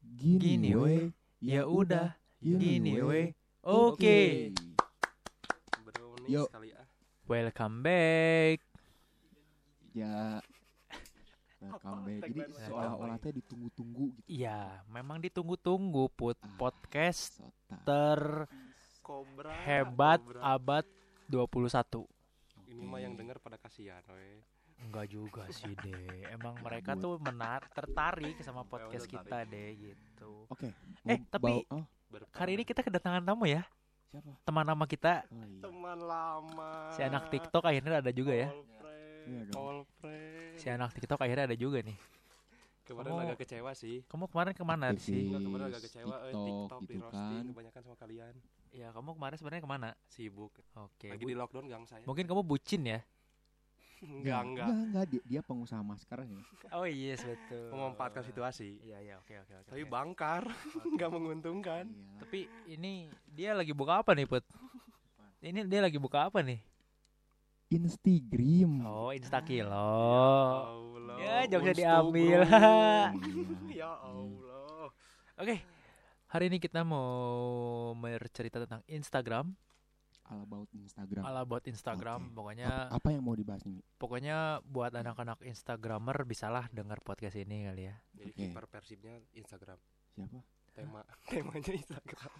Gini we, ya udah, gini we. Oke. Bro nih Yuk. sekali ah. Welcome back. Ya, welcome back. Jadi Tagline seolah-olah teh ditunggu-tunggu gitu. Ya, memang ditunggu-tunggu podcast Sota. terhebat Kobra. abad 21. Ini mah yang denger pada kasihan we. Enggak juga sih deh. Emang mereka tuh tertarik sama podcast tertarik. kita deh gitu. Oke. Tapi hari ini kita kedatangan tamu ya. Siapa? Teman lama kita, Oh iya. teman lama. si anak TikTok akhirnya ada juga ya. Iya dong. Polpre. Si anak TikTok akhirnya ada juga nih. Kemarin Kamu- agak kecewa sih. Kamu kemarin kemana Aktivis. sih? Enggak, kemarin agak kecewa TikTok TikTok di gitu roasting kan. kebanyakan sama kalian. Ya, kamu kemarin sebenarnya kemana? Sibuk. Oke. Lagi di lockdown gang saya. Mungkin kamu bucin ya? Enggak. Dia pengusaha masker ya. Oh yes, betul. Memanfaatkan situasi. Iya, iya, oke. Tapi bangkar, enggak menguntungkan. Iya. Tapi ini dia lagi buka apa nih, Put? Ini dia lagi buka apa nih? Instagram. Oh, Instakilo. Allah. Ya, jokesnya Unstu, diambil. bro. Iya. Ya Allah. Oke. Hari ini kita mau bercerita tentang Instagram, All about Instagram. all about Instagram. Oke. Pokoknya Apa yang mau dibahas nih? pokoknya buat anak-anak Instagramer bisalah dengar podcast ini kali ya. Jadi Oke. kiper persibnya Instagram. Siapa? Temanya Instagram.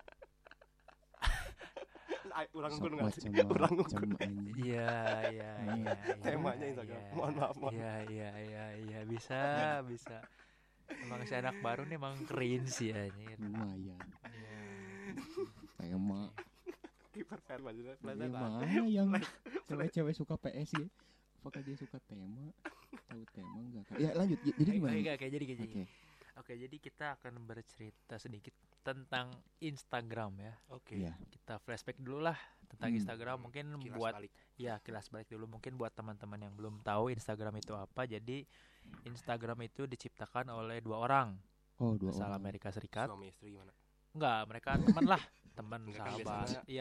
Urang Sok kun nggak sih? macam Urang macam kun. anjing. Iya, iya, iya. Temanya iya, Instagram. iya. Mohon maaf. Iya, bisa. Emang si anak baru nih emang cringe sih anjir. Lumayan. Iya. Tema. Kiper persib Iya maksudnya. mana yang cewek-cewek suka PS ya? Apakah dia suka tema? Tahu tema enggak? Ya lanjut. Jadi gimana? Oke, jadi gini. Oke. Oke, jadi kita akan bercerita sedikit tentang Instagram ya. Oke. Iya. Kita flashback dulu lah tentang Instagram. Mungkin Kilas buat balik. ya kilas balik dulu. Mungkin buat teman-teman yang belum tahu Instagram itu apa. Jadi Instagram itu diciptakan oleh dua orang Oh, dua asal orang. Amerika Serikat. Suami istri gimana? Enggak, mereka teman lah, teman Enggak kan sahabat. biasanya- Iya.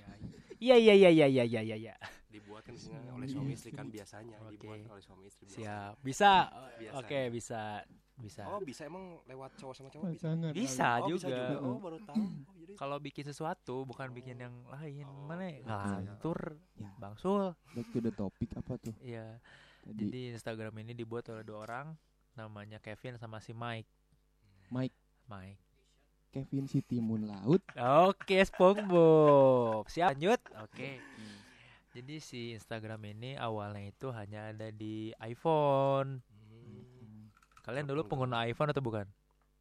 Dibuat kan biasanya oleh suami istri kan biasanya Oke. dibuat oleh suami istri. biasanya. Siap. Bisa. Biasanya. Oke, bisa. Oh, bisa emang lewat cowok sama cowok bisa. Pasangan. Bisa Oh, juga. bisa juga. Oh, baru tahu. Oh, jadi Kalau bikin sesuatu bukan bikin yang lain. Oh, Mana oke. ngalantur, Ya. Bang Sul. Back to the topic apa tuh? Iya. Tadi Jadi Instagram ini dibuat oleh dua orang, namanya Kevin sama si Mike. Mike Kevin si Timun Laut. Oke, SpongeBob. Siap, lanjut. Oke. Jadi si Instagram ini awalnya itu hanya ada di iPhone. Kalian dulu pengguna iPhone atau bukan?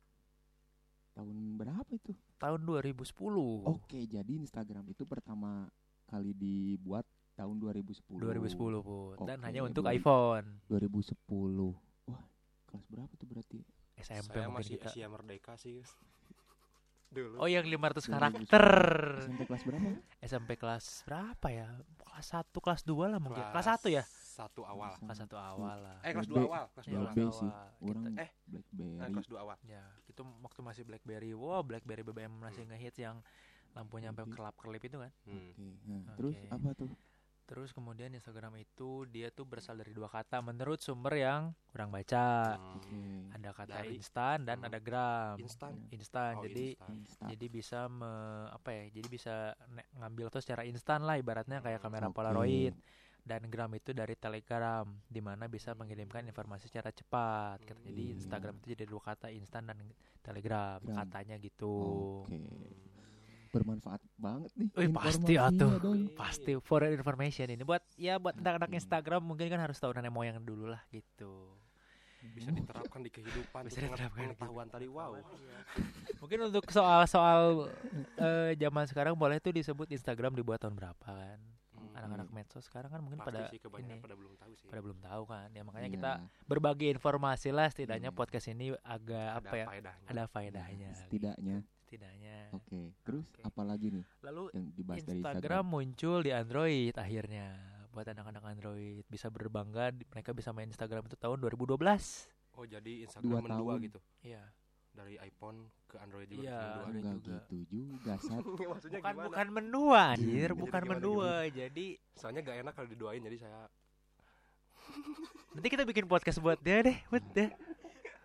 Tahun berapa itu? Tahun 2010. Oke, jadi Instagram itu pertama kali dibuat tahun 2010. 2010, Put. Dan Oke, hanya untuk 2000. iPhone. 2010. Wah, kelas berapa tuh berarti? SMP saya mungkin masih kita. Asia Merdeka sih. Dulu. Oh, yang 500 2010. karakter. SMP kelas berapa? SMP kelas berapa ya? Kelas 1, kelas 2 lah mungkin. Kelas 1 ya? 1 awal. Kelas 1 awal lah. Kelas B. 2 awal, kelas 2 Ya, awal. B sih. awal. Orang Kita- BlackBerry. Kelas 2 awal. Ya, itu waktu masih BlackBerry. Wow, BlackBerry BBM masih ngehits yang lampunya sampai Oke. kelap-kelip itu kan. Oke. Nah, Oke. terus apa tuh? Terus kemudian Instagram itu dia tuh berasal dari dua kata menurut sumber yang kurang baca. Oke. Ada kata Dari- instan dan ada gram. Instan. Instan. Oh, Jadi instan. jadi bisa apa ya? Jadi bisa ngambil tuh secara instan lah ibaratnya kayak kamera Oke. Polaroid. Dan gram itu dari Telegram di mana bisa mengirimkan informasi secara cepat. Jadi Hmm. Instagram itu jadi dua kata instan dan Telegram Gram. katanya gitu. Oke. Bermanfaat banget nih. Wih, pasti informasinya atuh. dong. Pasti for your information ini buat anak-anak Instagram mungkin kan harus tahu nenek moyang dulu lah gitu. Bisa diterapkan di kehidupan. Bisa tuh diterapkan di pengetahuan tadi. Wow. Mungkin untuk soal-soal zaman sekarang boleh tuh disebut Instagram dibuat tahun berapa kan? Anak-anak medsos sekarang kan mungkin Pasti pada sih kebanyakan ini pada belum tahu sih. pada belum tahu kan. Ya makanya Iya. kita berbagi informasi lah setidaknya Hmm. podcast ini agak apa ya? faedahnya. Ada faedahnya. Setidaknya. Setidaknya. Oke. Terus Oke. apa lagi nih Lalu yang dibahas dari Instagram Instagram? muncul di Android akhirnya. Buat anak-anak Android bisa berbangga mereka bisa main Instagram itu tahun 2012. Oh, jadi Instagram 2 mendua tahun. gitu. Iya. Dari iPhone ke Android juga. Iya, mendua. Android Enggak juga. gitu juga, Sat. Maksudnya Bukan gimana? bukan mendua anjir, Jadi bukan gimana, mendua. Jadi Soalnya gak enak kalau diduain jadi saya nanti kita bikin podcast buat dia deh, buat deh.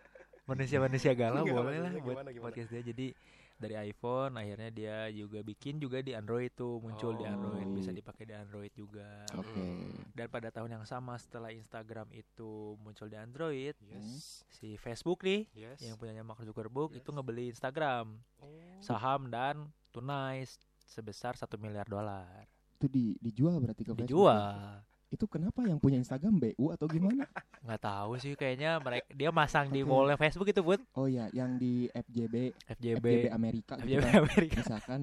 manusia galau Enggak, boleh lah maksudnya buat gimana? podcast dia. Jadi dari iPhone akhirnya dia juga bikin juga di Android tuh, muncul di Android, Oh. bisa dipakai di Android juga. Oke. Dan pada tahun yang sama setelah Instagram itu muncul di Android, Yes. si Facebook nih Yes. yang punyanya Mark Zuckerberg Yes. itu ngebeli Instagram, Oh. saham dan tunai sebesar $1 miliar. Itu dijual berarti ke Facebook. Dijual. Itu kenapa yang punya Instagram BU atau gimana? Nggak tahu sih, kayaknya dia masang di Oke. wall Facebook itu buat Oh ya, yang di FJB FJB Amerika gitu FJB kan. Amerika.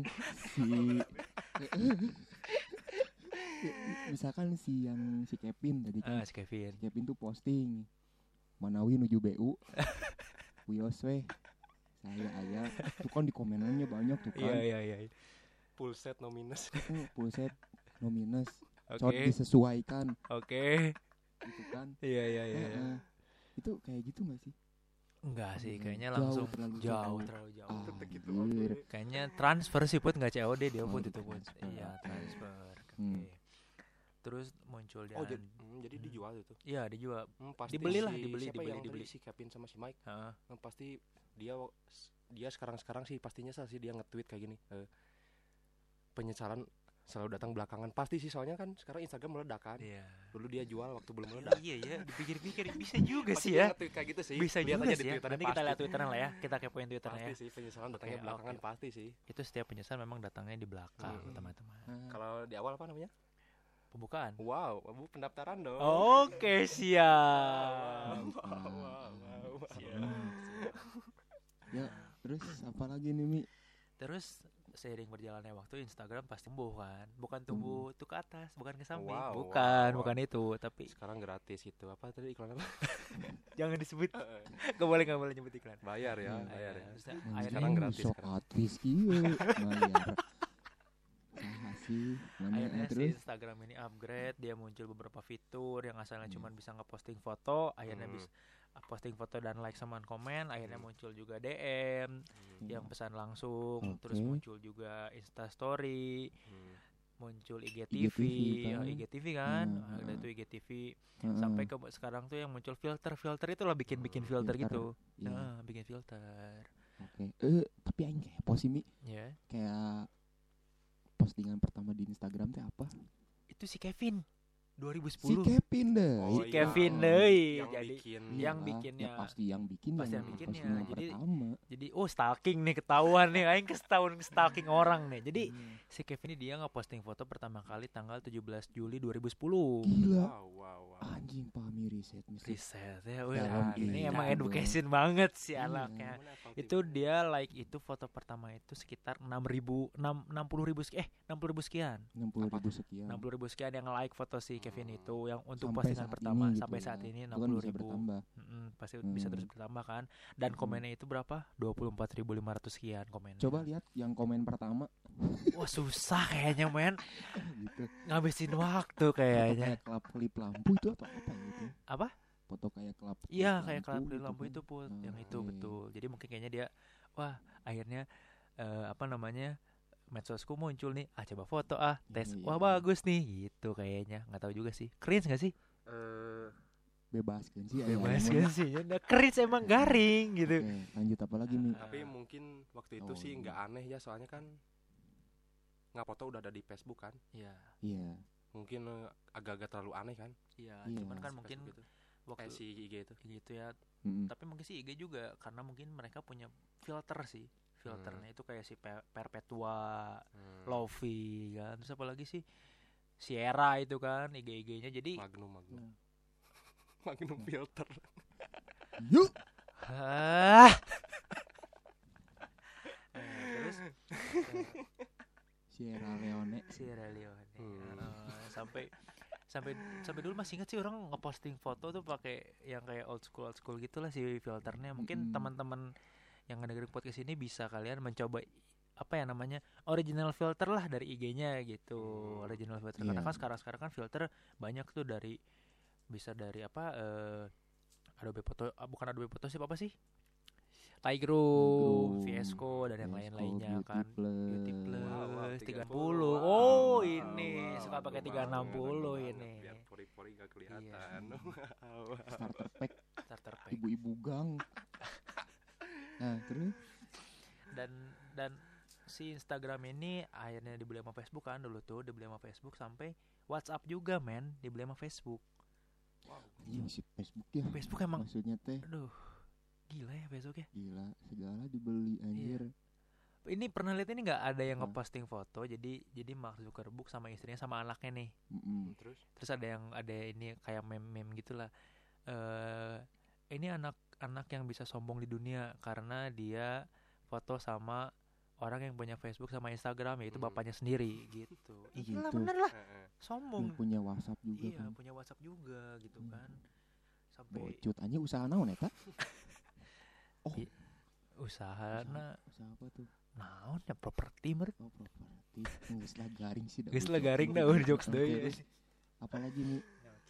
Misalkan si Kevin tadi kan. Si Kevin. Kevin tuh posting Manawi nuju BU. Wios weh. Saya ayah. Tuh kan di komenannya banyak tuh kan. Iya. Full set no minus. Full set no minus. Oke. Short disesuaikan Oke. gitu kan. Iya. Heeh. Itu kayak gitu gak sih? Enggak sih, kayaknya Jauh, langsung terlalu jauh, jauh. terlalu jauh. Tetep gitu. Anjir. Oke. Kayaknya transfer sih put, nggak COD dia Oh, put itu put. transfer. Iya, transfer. Oke. Hmm. Terus muncul di Oh, jadi dijual itu. Iya, dijual. Pasti Dibeli lah, si- dibeli, siapa dibeli, yang dibeli. tadi, si Kevin sama si Mike. Heeh. Pasti dia sekarang sih pastinya sih dia nge-tweet kayak gini. Penyesalan selalu datang belakangan. Pasti sih, soalnya kan sekarang Instagram meledak kan. Iya. Dulu dia jual waktu belum meledak. Iya ya, dipikir-pikir bisa juga Pasti sih dia ya. nge-tweet kayak gitu sih. Bisa Lihat juga aja sih di ya. Twitternya Nanti kita pasti. lihat Twitternya lah ya. Kita kepoin Twitternya Pasti ya. sih penyesalan datangnya Oke, belakangan oke. pasti sih. Itu setiap penyesalan memang datangnya di belakang, Hmm. teman-teman. Kalau di awal apa namanya? Pembukaan. Wow, Bu, pendaftaran dong. Oke, siap. Wow. Ya, terus apa lagi nih Mi? Terus seiring berjalannya waktu Instagram pasti tumbuh kan, bukan tumbuh tuh ke atas, bukan ke samping, Wow, bukan itu, tapi Sekarang gratis gitu. Apa tadi iklan apa? jangan disebut, gak boleh nyebut iklan. Bayar ya, Hmm. bayar ya. Terus Sekarang akhirnya, gratis Sok sekarang. artis kieu. Bayar. Saha sih? Mana akhirnya si terus? Instagram ini upgrade, dia muncul beberapa fitur yang asalnya cuma bisa ngeposting foto, akhirnya Hmm. bisa posting foto dan like sama komen, akhirnya muncul juga DM yang pesan langsung, terus Oke. muncul juga Insta Story, Hmm. muncul IGTV, IGTV kan. IGTV kan, Nah, ada tuh IGTV. Heeh. Sampai ke sekarang tuh yang muncul filter itu lah bikin filter Filter, gitu. iya. Bikin filter. Oke. Tapi aing kepo sih Mi. Ya. Kayak postingan pertama di Instagram teh apa? Itu si Kevin Si 2010. Kevin deh. Oh, Si iya. Kevin deui. Yang Jadi bikin yang Iya, bikinnya. ya pasti yang bikin Pasti yang yang bikinnya. postingan Jadi- pertama. jadi stalking nih, ketahuan nih aing stalking orang nih. Jadi si Kevin ini dia ngeposting foto pertama kali tanggal 17 Juli 2010. Gila. Wow. Anjing pahami riset mesti. Riset ya, wih, Dalam ini ini emang dong. education banget sih Iya. anaknya. Itu dia like itu foto pertama itu sekitar 60.000 sekian. 60.000 sekian. 60.000 sekian yang like foto si Kevin itu yang untuk Sampai postingan saat pertama ini gitu sampai ya. saat ini Itu kan bisa 60.000. bertambah. Pasti bisa terus bertambah kan. Dan komennya itu berapa? 24.500 sekian komennya. Coba lihat yang komen pertama Wah susah kayaknya men, gitu. ngabisin waktu Foto kayaknya. kayak klip lampu itu atau apa gitu? Apa? Foto kayak klip. Iya kayak klip lampu kan. itu pun, yang itu Oke. betul. Jadi mungkin kayaknya dia, wah akhirnya apa namanya medsosku muncul nih, coba foto tes, Iya, wah iya. bagus nih, gitu kayaknya. Nggak tahu juga sih, cringe nggak sih? Bebas kan sih. Bebas ayah, kan sih, nah, cringe emang garing gitu. Oke, lanjut apa lagi nih? Tapi mungkin waktu itu Oh, sih iya. nggak aneh ya, soalnya kan nggak foto udah ada di Facebook kan. Iya, Iya. Mungkin agak-agak terlalu aneh kan. iya. Iya. Cuman kan mungkin Facebook gitu. waktu Si IG itu. gitu ya. Mm-mm. Tapi mungkin sih IG juga karena mungkin mereka punya filter sih. Filternya itu kayak si Perpetua, Lofi kan. Terus apa lagi sih? Sierra itu kan IG-nya. Jadi Magnum. Hmm. Magnum filter. Yuk. ah. Terus Sierra Leone. Sierra Leone. Hmm. Sampai dulu masih inget sih orang ngeposting foto tuh pakai yang kayak old school gitulah si filternya. Mungkin Mm-mm. teman-teman yang ngedengerin podcast ini bisa kalian mencoba apa ya namanya original filter lah dari IG-nya gitu. Original filter karena Iya. kan sekarang kan filter banyak tuh bisa dari apa Adobe Photo bukan Adobe Photo sih apa sih? Lightroom, VS Code dan yang lain-lainnya kan. Beauty Plus 30. Oh, ini suka pakai 360 ini. Biar pori-pori gak kelihatan. Iya. Starter pack Starter pack. ibu-ibu gang. Nah, terus Dan si Instagram ini akhirnya dibeli sama Facebook kan, dulu tuh dibeli sama Facebook, sampai WhatsApp juga men dibeli sama Facebook. anjing si Facebook ya. Facebook emang Maksudnya teh aduh gila ya Facebook ya. gila, segala dibeli anjir. Ini pernah lihat ini nggak, ada yang Apa? ngeposting foto, jadi Mark Zuckerberg sama istrinya sama anaknya nih. Mm-mm. Terus Ada ini kayak meme gitulah. Ini anak yang bisa sombong di dunia karena dia foto sama orang yang punya Facebook sama Instagram, yaitu bapaknya sendiri gitu. Ih, gila Gitu. bener lah, Heeh. sombong. Yang punya WhatsApp juga Iya, kan. punya WhatsApp juga gitu kan. Sampai Bocut anjing usaha naon eta? Oh, I- usahana usaha apa tuh? naon ya, properti mer. Oh, properti. Geus lah garing sih dah. Geus lah garing dah jokes Oke, deui. terus apalagi nih?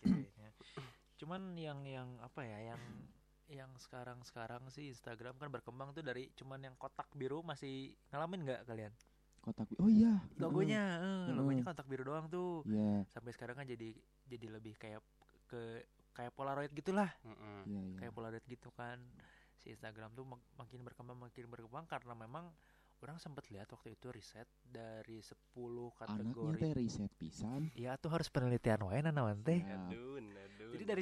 Cuman yang apa ya, yang sekarang sih Instagram kan berkembang tuh dari cuman yang kotak biru, masih ngalamin nggak kalian? Kotak. Oh iya. Logonya Heeh. kotak biru doang tuh. Iya, Sampai sekarang kan jadi lebih kayak kayak Polaroid gitulah. Heeh. iya, iya. Kayak Polaroid gitu kan. Si Instagram tuh makin berkembang karena memang orang sempat lihat waktu itu riset dari 10 Anaknya kategori. teh riset pisan. Iya tuh harus penelitian wae naon teh. Ya. Aduh. Jadi dari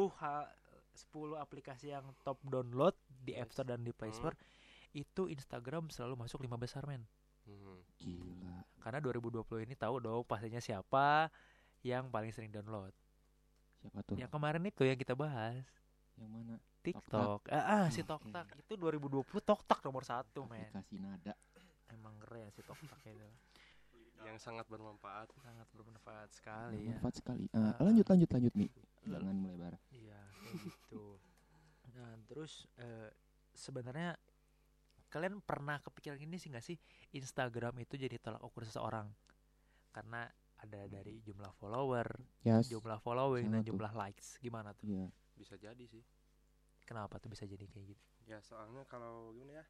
10 aplikasi yang top download di App Store dan di Play Store, itu Instagram selalu masuk 5 besar men. Gila. Karena 2020 ini tahu dong pastinya siapa yang paling sering download. Siapa tuh? Yang kemarin itu yang kita bahas, Yang mana? TikTok. Si Oke. TokTok itu 2020 TokTok nomor 1 men. Aplikasi nada. Emang keren si TokTok itu. Yang sangat bermanfaat. Sangat bermanfaat sekali ya. Bermanfaat sekali. Lanjut nih. Jangan melebar. Iya, kayak gitu. Nah, terus sebenarnya kalian pernah kepikiran gini sih nggak sih, Instagram itu jadi tolak ukur seseorang? Karena ada dari jumlah follower, Yes. jumlah following, Sama dan tuh. jumlah likes. Gimana tuh? Iya. Bisa jadi sih. Kenapa tuh bisa jadi kayak gitu? Ya soalnya kalau gimana ya?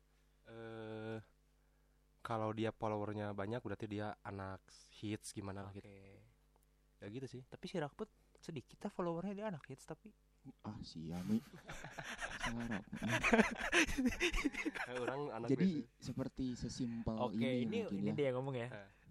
Kalau dia followernya banyak berarti dia anak hits gimana Oke. gitu. Ya gitu sih. Tapi si Rakput sedikit lah followernya, dia anak hits tapi. Sia nih. Sarap. Orang anak Jadi seperti sesimpel Oke, ini mungkin ini ya. dia yang ngomong ya.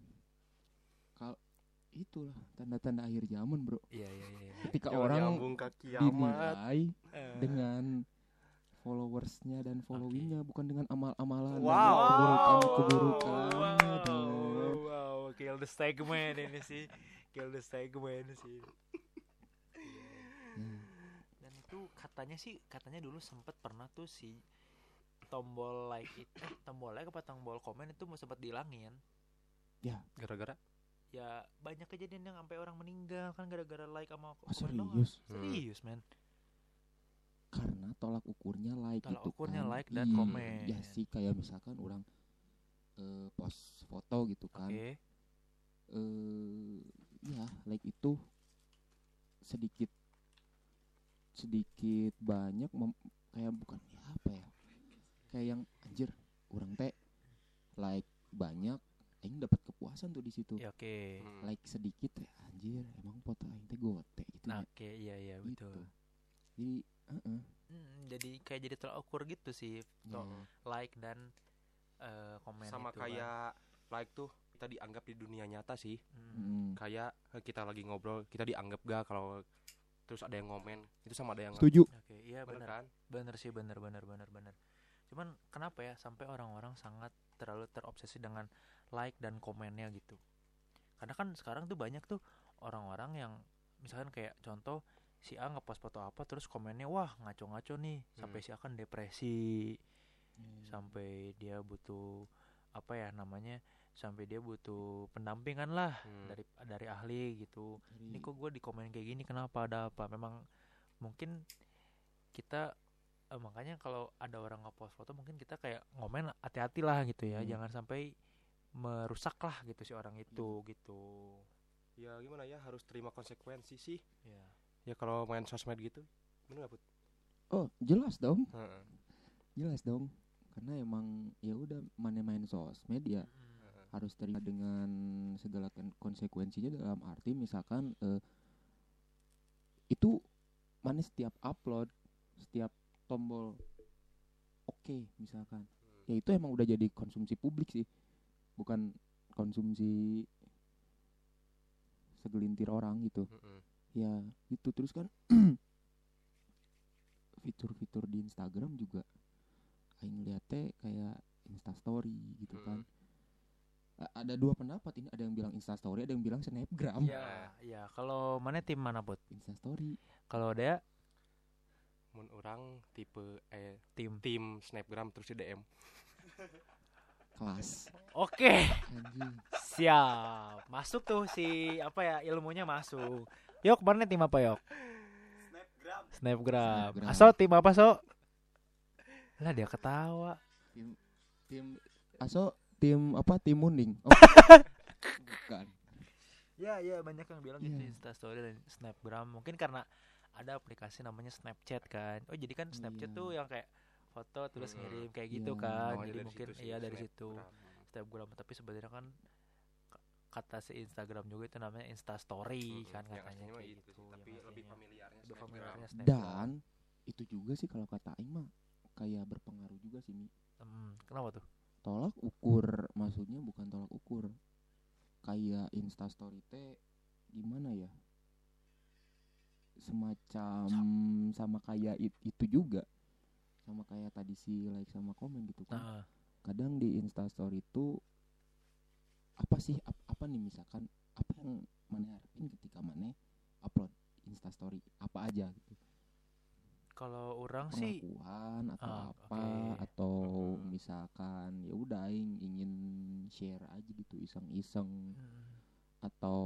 Itulah tanda-tanda akhir zaman, Bro. Iya. Ketika Kalau orang nyambung ke kiamat. dinilai dengan followersnya dan followingnya, bukan dengan amal-amalan dan Wow. keburukan-keburukannya dong. Wow, kill the segment ini sih. Kill the segment sih. Hmm. Dan itu katanya dulu sempet pernah tuh si tombol like tombol like apa tombol komen itu mau sempat dihilangin. Gara-gara Ya banyak kejadian yang sampai orang meninggal kan gara-gara like sama Oh, komen doang. serius? Serius men. Karena tolak ukurnya like Tolak itu ukurnya kan. like dan Iya, komen. ya sih, kayak misalkan orang post foto gitu kan. Oke. Ya like itu sedikit banyak kayak bukan ya apa ya, kayak yang anjir orang teh like banyak aing dapat kepuasan tuh di situ. Ya, oke. Like sedikit teh anjir emang foto aing teh gote gitu Nah, ya. oke, iya Gitu. betul. Jadi Jadi kayak jadi tolak ukur gitu sih. ya, Like dan komen sama itu kan. kayak like tuh kita dianggap di dunia nyata sih. kayak Kayak kita lagi ngobrol, kita dianggap gak kalau terus ada yang ngomen, itu sama ada yang setuju. Oke, iya bener benar. kan? Bener sih, bener. Cuman kenapa ya sampai orang-orang sangat terlalu terobsesi dengan like dan komennya gitu? Karena kan sekarang tuh banyak tuh orang-orang yang misalkan kayak contoh si A ngepost foto apa terus komennya wah ngaco-ngaco nih, sampai si A kan depresi, sampai dia butuh apa ya namanya, sampai dia butuh pendampingan lah dari ahli gitu. Ini kok gue di komen kayak gini, kenapa, ada apa? Memang mungkin kita makanya kalau ada orang ngepost foto mungkin kita kayak ngomen hati-hati lah gitu ya, jangan sampai merusak lah gitu si orang itu gitu. Ya gimana ya, harus terima konsekuensi sih. Ya. Ya kalau main sosmed gitu, bener gak Put? Oh jelas dong, Heeh. jelas dong. Karena emang ya udah mana main sosmed ya harus terima dengan segala konsekuensinya, dalam arti misalkan itu mana setiap upload, setiap tombol oke oke misalkan. Ya itu emang udah jadi konsumsi publik sih. Bukan konsumsi segelintir orang gitu. Ya itu terus kan fitur-fitur di Instagram juga aing lihatnya kayak Instastory gitu kan. Ada dua pendapat ini, ada yang bilang Instastory, ada yang bilang Snapgram. Ya, kalau mana tim mana Put? Instastory. Kalau dia Mun orang tipe tim. Snapgram terus di DM. Kelas. Oke. Anjing. Siap. Masuk tuh si apa ya ilmunya masuk. Yok, mana tim apa Yok? Snapgram. Snapgram. Aso tim apa So? Lah dia ketawa. Tim Aso tim apa? Tim Munding. Oh. Bukan. Ya banyak yang bilang gitu Iya. Instastory dan Snapgram. Mungkin karena ada aplikasi namanya Snapchat kan. Oh jadi kan Snapchat Iya. tuh yang kayak foto terus ngirim kayak gitu Iya. kan. Awalnya Jadi dari mungkin situ sih, iya dari situ Snapgram. Snapgram. Tapi sebenarnya kan kata si Instagram juga itu namanya Instastory kan Yang katanya aslinya mah kayak itu gitu. sih, yang tapi lebih aslinya. familiarnya Lebih Snapgram. familiarnya Snapgram. Dan itu juga sih kalau kata aing mah kayak berpengaruh juga sih Mi. Kenapa tuh? Tolak ukur, maksudnya bukan tolak ukur. Kayak Instastory teh gimana ya? Semacam sama kayak itu juga. Sama kayak tadi si like sama komen gitu kan. Nah, Kadang di Instastory itu apa sih apa nih misalkan apa yang mana harapin ketika mana upload Instastory apa aja gitu. kalau orang sih Pengakuan atau apa oke. atau misalkan ya udah aing ingin share aja gitu iseng-iseng atau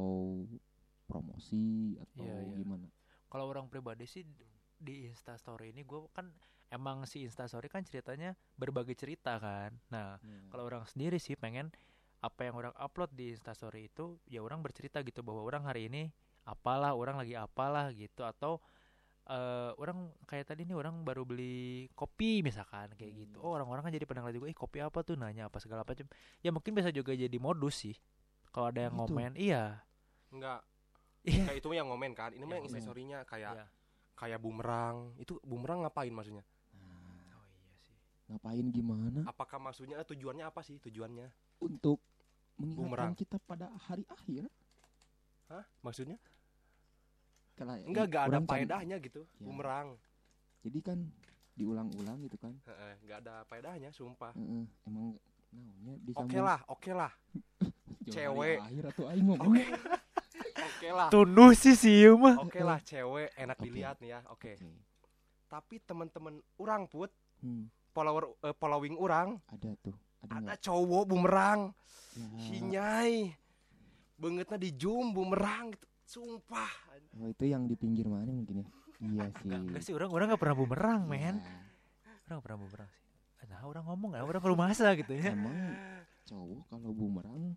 promosi atau Iya. gimana. Kalau orang pribadi sih di Instastory ini gue kan emang si Instastory kan ceritanya berbagi cerita kan. Nah, kalau orang sendiri sih pengen apa yang orang upload di Instastory itu ya orang bercerita gitu bahwa orang hari ini apalah, orang lagi apalah gitu atau orang kayak tadi nih orang baru beli kopi misalkan kayak gitu. Oh, orang-orang kan jadi pada ngeliat juga, kopi apa tuh, nanya apa segala macam. Ya mungkin bisa juga jadi modus sih. Kalau ada yang Gitu. ngomen, iya. Enggak. Iya. Kayak itu mah yang ngomen kan. Ini mah yang Yang ngomen. instastory-nya kayak Iya. kayak bumerang. Itu bumerang ngapain maksudnya? Nah, Oh iya sih. ngapain gimana Apakah maksudnya tujuannya apa sih tujuannya? untuk mengingatkan Bumerang. kita pada hari akhir. Hah? Maksudnya? Kalau Enggak ada orang cari- faedahnya gitu. Ya. Bumerang. Jadi kan diulang-ulang gitu kan. Enggak ada faedahnya, sumpah. Emang naonnya Oke lah. cewek. Akhir atau aing ngomong. Oke lah. Tunduh sih mah. Oke lah, cewek enak Oke. dilihat nih ya. Oke. Oke. Tapi teman-teman orang put Hmm, following orang ada tuh. Ada ada nggak? cowok bumerang. Ya. Hinyai. Bangetnya di zoom bumerang gitu. Sumpah. Oh, itu yang di pinggir mana mungkin ya? Iya sih. Enggak sih, orang nggak pernah bumerang, men. Ya, Orang nggak pernah bumerang sih. Nah, orang ngomong nggak, orang perlu masa gitu ya. emang cowok kalau bumerang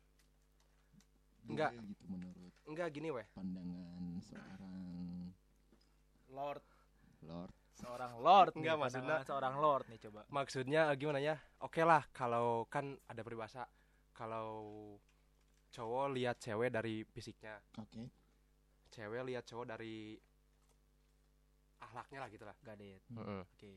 Enggak. boleh gitu menurut Enggak gini weh. pandangan seorang Lord, lord. seorang lord. Enggak, nih, maksudnya- pandangan seorang lord nih coba. Maksudnya gimana ya? Oke lah kalau kan ada peribahasa kalau cowok lihat cewek dari fisiknya, Oke. cewek lihat cowok dari akhlaknya lah gitu lah. Got it. Hmm. Oke.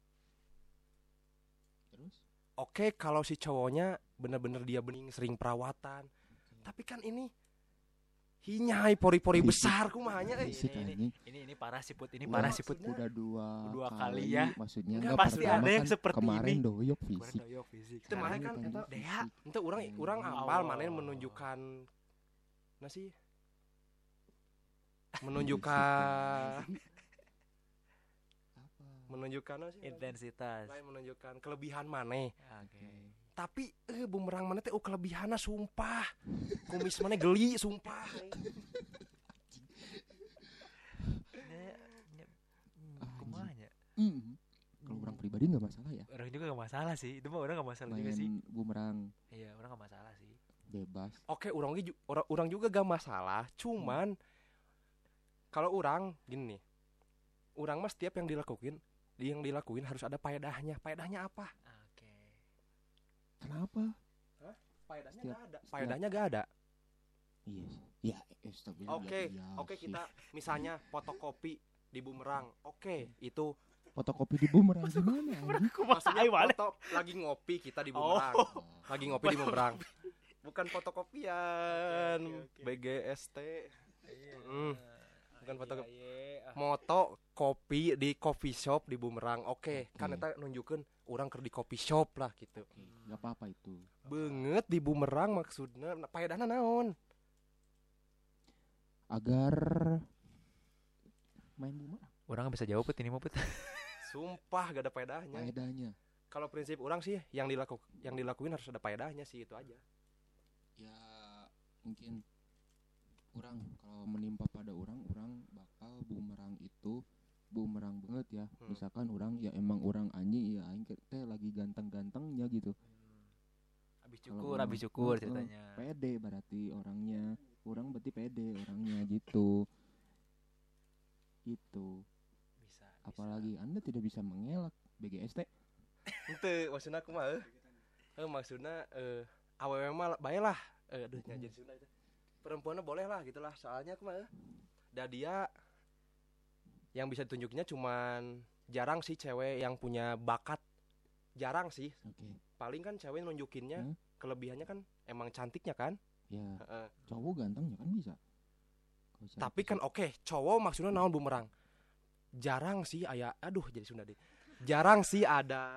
Terus Oke kalau si cowoknya bener-bener dia bening sering perawatan. Tapi kan ini hinyai pori-pori Fisik. besar kumanya fisik anjing Ini parah sih Put, ini Enggak, parah sih Put. maksudnya- udah dua kali ya. maksudnya Enggak, enggak pasti pertama ada yang kan seperti kemarin ini. doyok Kemarin fisik. doyok fisik. Itu mana Sekarang kan tadi eta Dea. fisik. ente orang Hmm. apal Allah. mana menunjukkan nasi menunjukkan Apa? menunjukkan apa sih? Intensitas. Lain menunjukkan kelebihan mana. Oke. Tapi bumerang mana teh kelebihanna sumpah. Kumis mana geli sumpah. Kumanya. Kalau orang pribadi nggak masalah ya. Orang juga gak masalah sih. Itu mah orang gak masalah juga sih. Main bumerang Iya, orang gak masalah sih. bebas. Oke, orang juga gak masalah. Cuman kalau orang gini nih. Orang mah setiap yang dilakuin harus ada faedahnya. Faedahnya apa? Oke. Kenapa? Faedahnya Setiap- gak ada. Faedahnya gak ada. Iya. Ya, astagfirullah. Oke, Iya oke sih. kita misalnya fotokopi di bumerang. Oke, itu fotokopi di bumerang gimana anjing? Maksudnya foto lagi ngopi kita di bumerang. Lagi ngopi di bumerang. Bukan fotokopian. BGST. Bukan fotokopi. Moto kopi di coffee shop di bumerang. Oke, kan eta nunjukeun urang keur di coffee shop lah gitu. Enggak apa-apa itu. Beungeut di bumerang maksudna paedahna naon? Agar main bumerang. Orang bisa jawab Put, ini mah Put. Sumpah gak ada faedahnya. Faedahnya. Kalau prinsip orang sih yang dilakuin harus ada faedahnya sih, itu aja. Ya mungkin orang kalau menimpa pada orang bakal bumerang itu bumerang banget ya. Misalkan orang ya emang orang anjing ya aing teh lagi ganteng-gantengnya gitu. Habis syukur ceritanya. Pede berarti orangnya. Orang berarti pede orangnya gitu. Gitu. Bisa. Apalagi Anda tidak bisa mengelak BGST. Henteu, maksudna kumaha? Maksudna awewe mah bae lah. Aduh nyajet Sunda itu. Perempuannya boleh lah gitulah. Soalnya kumaha? Da dia yang bisa ditunjukinnya cuman jarang sih cewek yang punya bakat. Jarang sih. Oke. Paling kan cewek nunjukinnya kelebihannya kan emang cantiknya kan? Ya. Cowok gantengnya kan bisa. Tapi kan oke, cowok maksudnya naon bumerang. Jarang sih aduh jadi Sunda deh. Jarang sih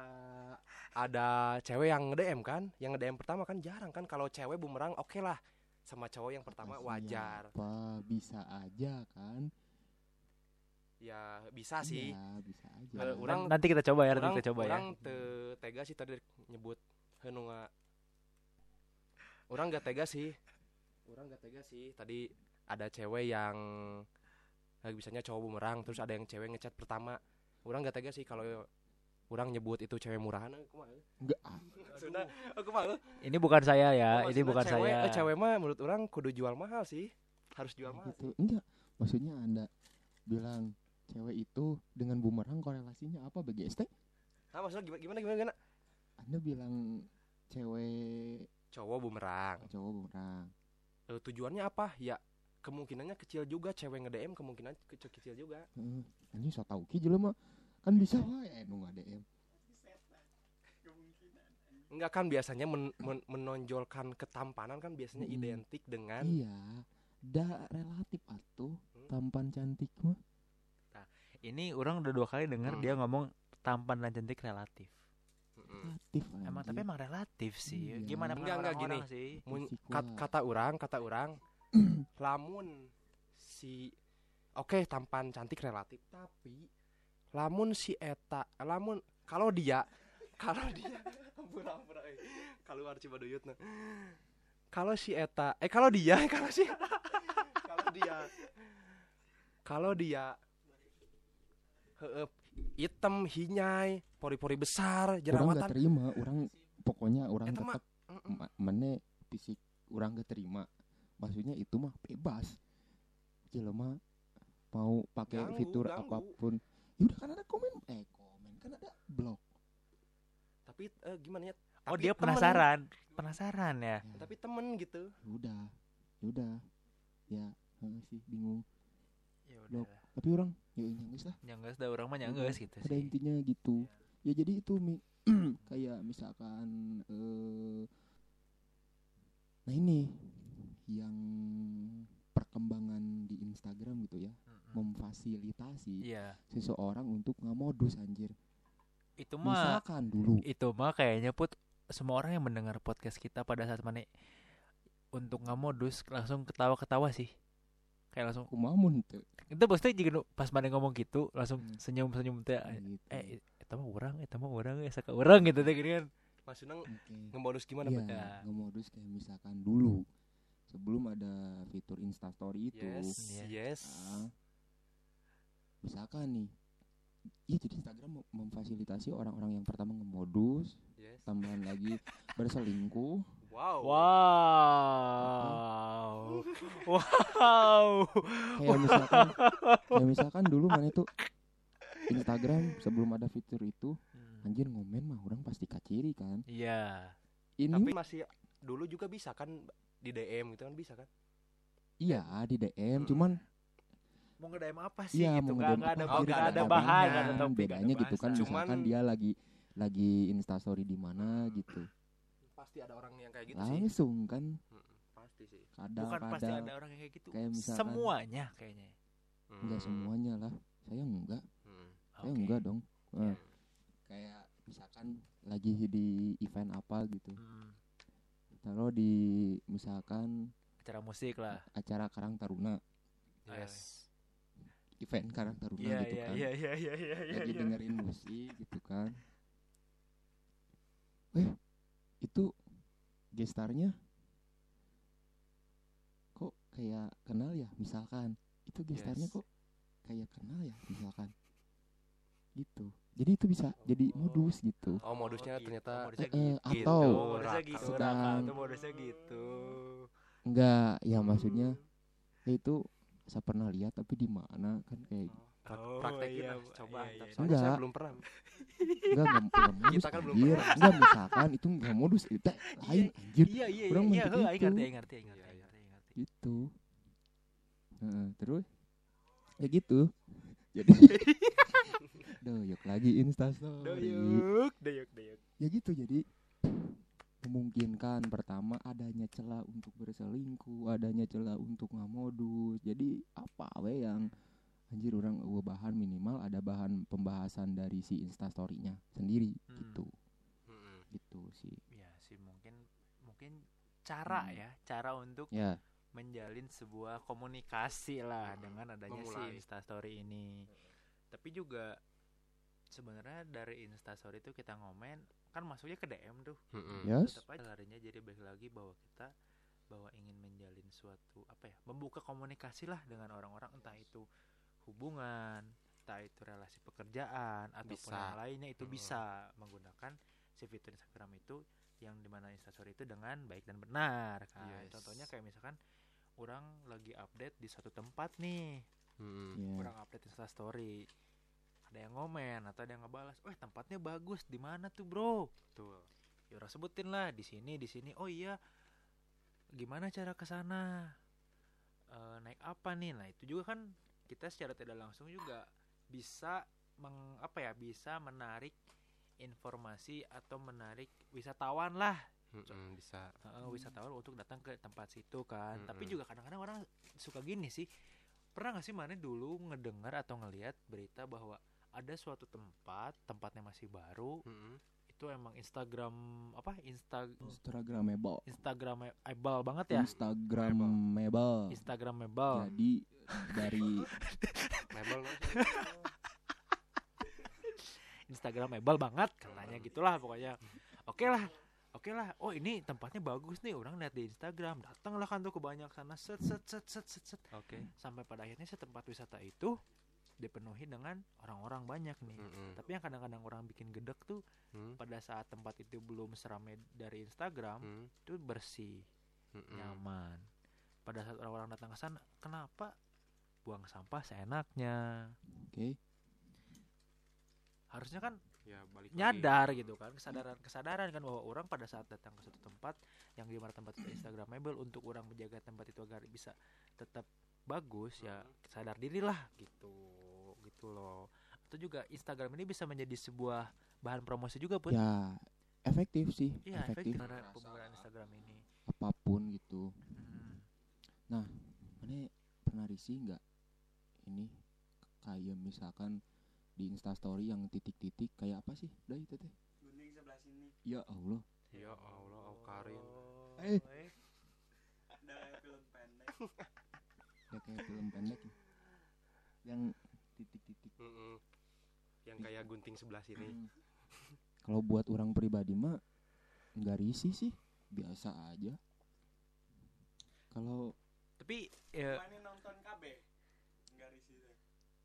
ada cewek yang nge-DM kan? Yang nge-DM pertama kan jarang kan. Kalau cewek bumerang oke lah. Sama cowok yang pertama wajar. Apa bisa aja kan? Ya bisa sih. Ya, bisa aja. Nanti kita coba ya, Orang tega sih tadi nyebut heununga. Orang gak tega sih. Tadi ada cewek yang bisanya cowok bumerang, terus ada yang cewek ngechat pertama. Orang gak tega sih kalau orang nyebut itu cewek murahan. Enggak. Sudah, kumaha? Ini bukan saya ya, ini Maksudnya bukan cewek, saya. Cewek mah menurut orang kudu jual mahal sih. Harus jual mahal. Gitu. Enggak. Maksudnya Anda bilang cewek itu dengan bumerang korelasinya apa BGST? Maksudnya gimana? Anda bilang cowok bumerang. Tujuannya apa? Ya kemungkinannya kecil juga cewek nge-DM, kemungkinan kecil juga. Anjing so tau ki jelema kan bisa wae nu nge-DM. Enggak kan biasanya menonjolkan ketampanan kan biasanya identik dengan iya, relatif atuh tampan cantik mah. Nah, ini orang udah 2 kali dengar dia ngomong tampan dan cantik relatif. Relatif Tapi emang relatif sih. Iya. Gimana enggak gini sih? Kata orang lamun si tampan cantik relatif, tapi lamun si eta kalau dia pura-pura keluar Cibaduyutna. Kalau si eta kalau dia hitam hinyai pori-pori besar jerawatan gak terima pokoknya orang tetap mene fisik orang gak terima. Maksudnya itu mah bebas. Jelema mau pakai fitur apapun. Ya udah kan ada komen kan ada blog. Tapi gimana ya? Oh tapi dia penasaran ya. Tapi temen gitu. Udah. Ya sih bingung. Ya udah. Tapi orang ya nyanggeus lah. Nyanggeus dah orang mah nyanggeus gitu pada sih. intinya gitu. Ya jadi itu kayak misalkan nah ini yang perkembangan di Instagram gitu ya, memfasilitasi seseorang untuk ngamodus anjir. Itu mah misalkan dulu. Itu mah kayaknya Put semua orang yang mendengar podcast kita pada saat mana untuk ngamodus langsung ketawa-ketawa sih. Kayak langsung kumamun teh. Itu pasti jika pas mana ngomong gitu langsung senyum-senyum teh. Gitu. Eta mah urang ya saka urang gitu teh gini kan. Maksudnya ngemodus gimana Pak? Ya, ngemodus kayak misalkan dulu sebelum ada fitur Instastory itu. Yes. Nah, misalkan nih, ya jadi Instagram memfasilitasi orang-orang yang pertama ngemodus, tambahan lagi berselingkuh. Wow. Kayak misalkan dulu mana itu Instagram sebelum ada fitur itu, anjir ngomen mah orang pasti kaciri kan. Iya. Tapi masih dulu juga bisa kan di DM gitu kan bisa kan? Iya di DM cuman mau nge-DM apa sih Iya, gitu, mau nggak nge-DM ada apa, Oh, jadi nggak nggak ada ada bahan, topiknya. nggak ada topik, bedanya nggak ada gitu kan, bahasan. misalkan Cuman- dia lagi instastory di mana gitu, Pasti ada orang yang kayak gitu sih. langsung kan Pasti sih. Bukan pasti kadang-kadang ada orang yang kayak gitu, kayak misalkan- semuanya kayaknya. enggak semuanya lah, saya enggak saya Oke. enggak dong. Iya. Kayak misalkan lagi di event apa gitu, Hmm, taruh di misalkan acara musik lah. acara Karang Taruna, Yes. event Karang Taruna Iya gitu iya kan, iya iya iya iya iya. lagi dengerin musik gitu kan, itu gestarnya kok kayak kenal ya, misalkan itu gestarnya Yes. kok kayak kenal ya misalkan gitu, jadi itu bisa jadi modus gitu. Oh, modusnya ternyata modusnya atau gitu, modusnya raka. gitu, Sedang- raka, itu modusnya gitu. Enggak ya, maksudnya itu saya pernah lihat tapi di mana kan kayak Oh, Praktekin iya, lah, coba. iya, iya. Soalnya Enggak. saya belum pernah. enggak modus Kita kan belum anjir. pernah. Enggak, misalkan itu enggak modus itu lain anjir Iya iya Kurang iya, bentuk iya, itu. ngerti. Iya, iya. gitu. Heeh, terus ya gitu. Jadi doyok lagi instastory. Doyok. Ya gitu, jadi memungkinkan pertama adanya celah untuk berselingkuh, adanya celah untuk ngamodus. Jadi apa we yang anjir orang bahan minimal ada bahan pembahasan dari si instastory-nya sendiri gitu. Gitu sih. Ya sih, mungkin cara ya, cara untuk Ya, menjalin sebuah komunikasi lah dengan adanya Memulai. si Instastory ini. Tapi juga sebenarnya dari Instastory itu kita ngomen kan masuknya ke DM tuh. yes. Tetap aja larinya jadi balik lagi bahwa ingin menjalin suatu membuka komunikasi lah dengan orang-orang, entah itu hubungan, entah itu relasi pekerjaan ataupun Bisa. yang lainnya, itu bisa menggunakan si fitur Instagram itu, yang dimana Instastory itu dengan baik dan benar kan. Yes. Contohnya kayak misalkan orang lagi update di suatu tempat nih, Ya. orang update Instastory, ada yang ngomen atau ada yang ngebalas, tempatnya bagus, di mana tuh bro? Betul. Ya orang sebutin lah, di sini. Oh iya, gimana cara ke sana? Naik apa nih? Nah itu juga kan kita secara tidak langsung juga bisa bisa menarik informasi atau menarik wisatawan lah, Bisa. wisatawan untuk datang ke tempat situ kan. Tapi juga kadang-kadang orang suka gini sih, pernah gak sih mana dulu ngedengar atau ngelihat berita bahwa ada suatu tempatnya masih baru, itu emang Instagramable banget ya, Instagramable. Jadi dari Mebel no? Instagramable banget katanya, gitulah pokoknya. Oke lah, oh ini tempatnya bagus nih, orang lihat di Instagram, datanglah kan tuh ke banyak sana, set, Oke. sampai pada akhirnya tempat wisata itu dipenuhi dengan orang-orang banyak nih. Tapi yang kadang-kadang orang bikin gedek tuh, pada saat tempat itu belum seramai dari Instagram, itu bersih, nyaman. Pada saat orang-orang datang ke sana, kenapa buang sampah seenaknya? Oke. Harusnya kan Ya balik lagi. nyadar gitu kan, kesadaran kan bahwa orang pada saat datang ke suatu tempat yang dimana tempat itu Instagramable, untuk orang menjaga tempat itu agar bisa tetap bagus, ya sadar diri lah gitu loh. Atau juga Instagram ini bisa menjadi sebuah bahan promosi juga pun. Ya efektif sih, Iya, efektif efektif karena penggunaan Instagram ini. apapun gitu. Hmm. Mana pernah risih nggak ini kayak misalkan di Instastory yang titik-titik kayak apa sih? Udah itu teh. Gunting sebelah sini Ya Allah. Ya Allah, Karin. ada film pendek. Ya kayak film pendek yang titik-titik. Yang kayak gunting sebelah sini. Kalau buat orang pribadi mah nggak risih sih, biasa aja. Kalau Tapi Mana nonton KB? Enggak risih deh.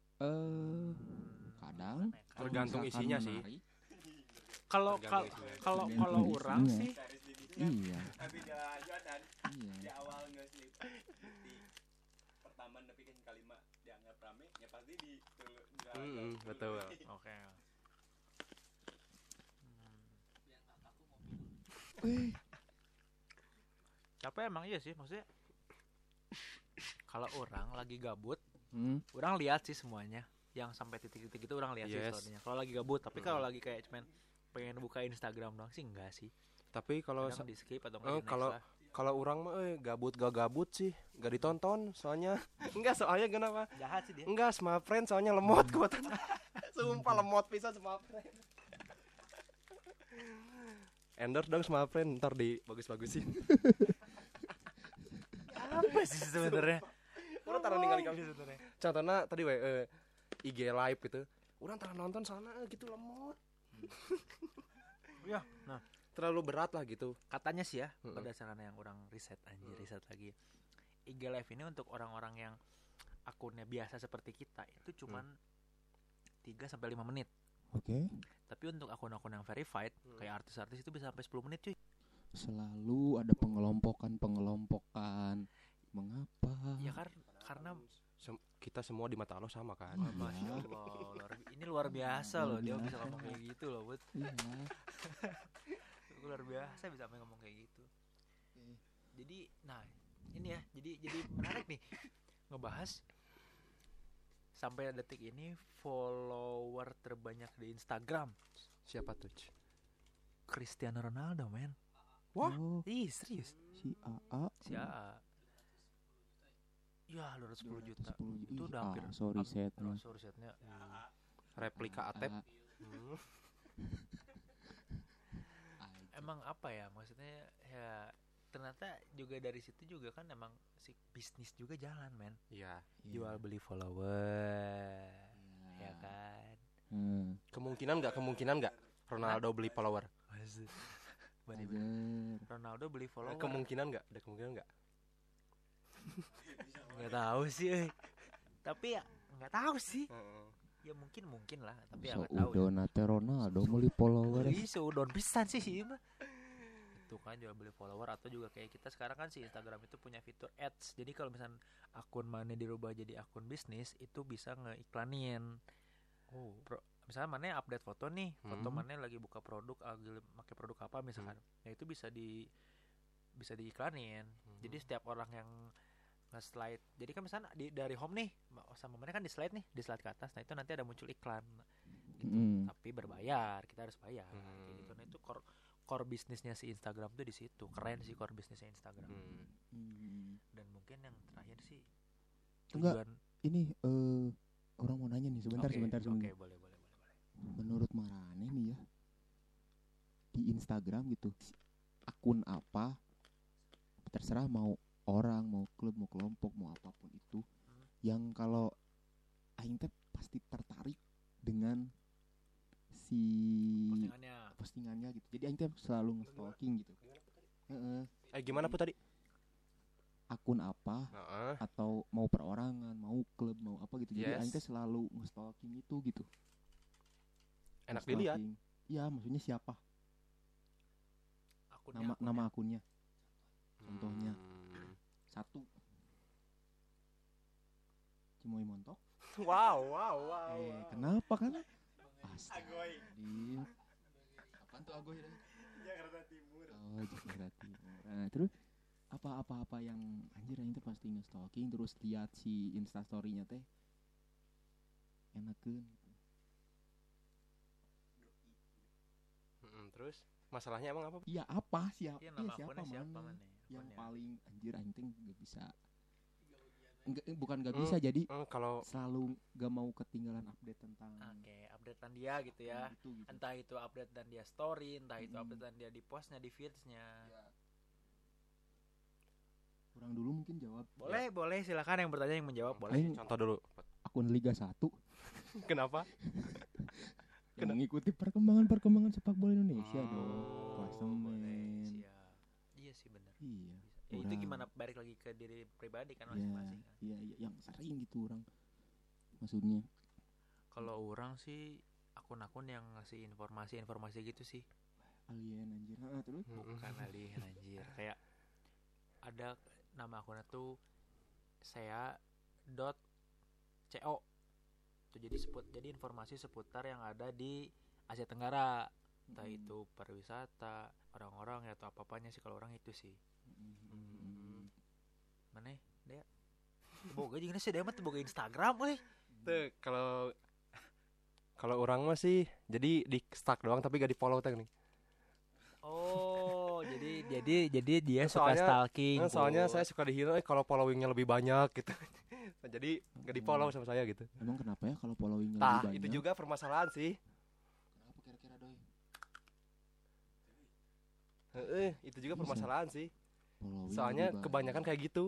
kadang Tergantung misalkan isinya sih. menarik, kalau Tergantung isinya. kalau Tergantung orang isinya. sih Garis didiknya. iya, Tapi jalan-jalan di iya. awal nggak sih. Di pertama nepikin kalimat dianggap rame, ya pasti di Betul. oke. Capek emang, iya sih, maksudnya kalau orang lagi gabut Orang lihat sih semuanya. Yang sampai titik-titik itu orang lihat sih Yes. story-nya. Kalau lagi gabut, tapi kalau lagi kayak cuman pengen buka Instagram doang sih enggak sih. Tapi kalau Kadang di skip atau enggak di next kalau lah. kalau orang mah gabut gak gabut sih, gak ditonton soalnya. Enggak, soalnya kenapa? Jahat sih dia. Enggak, Small Friend soalnya lemot kuatan. Sumpah lemot pisan Small Friend. Endorse dong Small Friend, ntar dibagus-bagusin. Apa sih sebenarnya? Orang taruh ningali kami sebenarnya. Contohnya tadi IG live gitu. Orang taruh nonton soalnya gitu lemot. Ya, nah, Terlalu berat lah gitu. katanya sih ya, berdasarkan yang orang riset riset lagi. IG live ini untuk orang-orang yang akunnya biasa seperti kita itu cuman 3 sampai 5 menit. Oke. Tapi untuk akun-akun yang verified kayak artis-artis itu bisa sampai 10 menit cuy. Selalu ada pengelompokan. Mengapa? Ya karena Kita semua di mata Allah sama kan. Iya. Masya Allah, ini luar biasa loh, dia Luar bisa biasa. ngomong kayak gitu loh, Bud. Iya. Luar biasa bisa sampai ngomong kayak gitu. Jadi, nah ini ya, jadi menarik nih ngebahas sampai detik ini follower terbanyak di Instagram Siapa tuh? Cristiano Ronaldo, men. Wah. Oh, Ih, serius. si AA. Si AA. Ya, 210 juta. 210 Itu Ih, udah hampir sorry setnya. sorry setnya. Replika Atep. AA. Emang apa ya maksudnya ya ternyata juga dari situ juga kan emang si bisnis juga jalan, men. Iya. Jual beli follower. Ya kan. Kemungkinan nggak Ronaldo beli follower? Bener. Ronaldo beli follower. Kemungkinan nggak? Ada kemungkinan nggak? Nggak tahu sih. Tapi ya nggak tahu sih. Ya mungkin lah, tapi ya nggak tahu. Udonate Ronaldo beli follower. Ih, seudon pisan sih sih mah. Itu kan jual beli follower atau juga kayak kita sekarang kan si Instagram itu punya fitur ads. Jadi kalau misalnya akun mana dirubah jadi akun bisnis itu bisa ngeiklanin. Oh. Misalnya mana update foto nih, foto mana lagi buka produk, lagi pakai produk apa misalkan. Ya itu bisa diiklanin. Jadi setiap orang yang nge-slide. Jadi kan misalnya dari home nih sama mana kan di slide ke atas. Nah itu nanti ada muncul iklan gitu. Tapi berbayar, kita harus bayar kayak gitu. Nah itu core bisnisnya si Instagram tuh di situ. Keren sih core bisnisnya Instagram. Dan mungkin yang terakhir sih Enggak, ini orang mau nanya nih sebentar. Oke, boleh. Menurut Marane nih ya, di Instagram gitu, akun apa terserah, mau orang, mau klub, mau kelompok, mau apapun itu, yang kalau aing teh pasti tertarik dengan si postingannya gitu. Jadi aing teh selalu nge-stalking gitu. Gimana pun tadi? Akun apa atau mau perorangan, mau klub, mau apa gitu. Jadi aing teh selalu nge-stalking itu gitu. Enak dilihat. Iya, maksudnya siapa? Nama akunnya. Contohnya. 1 Cimoy Montok. Wow. Kenapa kan? Agoy. Apaan tuh Agoy? Jakarta Timur. Oh, Jakarta Timur. Nah, terus apa yang anjir aing teh pasti nge-stalking terus lihat si Instastory-nya teh enakeun. Terus masalahnya emang apa? Iya, apa siapa? Iya, nama siapa akunnya mana? mana? Yang Akunnya. paling anjir aing teh enggak bisa. Bukan enggak bisa, jadi kalau selalu gak mau ketinggalan update tentang Oke, updatean dia gitu ya. gitu. Entah itu update dan dia story, entah itu update dan dia di postnya, di feedsnya. Kurang dulu mungkin jawab. Boleh silakan yang bertanya yang menjawab boleh. Aing contoh dulu. akun Liga 1 Kenapa? yang mengikuti perkembangan sepak bola Indonesia dong. Boleh, Klasemen. siap. Iya sih benar. Iya. Ya, itu Orang- gimana balik lagi ke diri pribadi kan Iya, masing-masing kan. iya, yang sering gitu orang. Maksudnya Kalau orang sih akun-akun yang ngasih informasi gitu sih. alien anjir. Terus Bukan alien anjir. Kayak ada nama akunnya tuh saya.co. Itu jadi informasi seputar yang ada di Asia Tenggara. Entah itu pariwisata, orang-orang atau apa-apanya sih kalau orang itu sih. Mana? Dia Boga jeung sih dia mah teu boga Instagram euy. Tuh kalau orang mah sih jadi di stuck doang tapi gak di follow teh nih. Oh, jadi dia suka Soalnya- stalking. Soalnya Bu. saya suka dihina kalau followingnya lebih banyak gitu. Nah, jadi gak di follow sama saya gitu. Emang kenapa ya kalau followingnya Tah lebih banyak? itu juga permasalahan sih. Kenapa kira-kira doi? Itu juga Bisa. permasalahan sih. Following Soalnya lebih kebanyakan banyak. kayak gitu.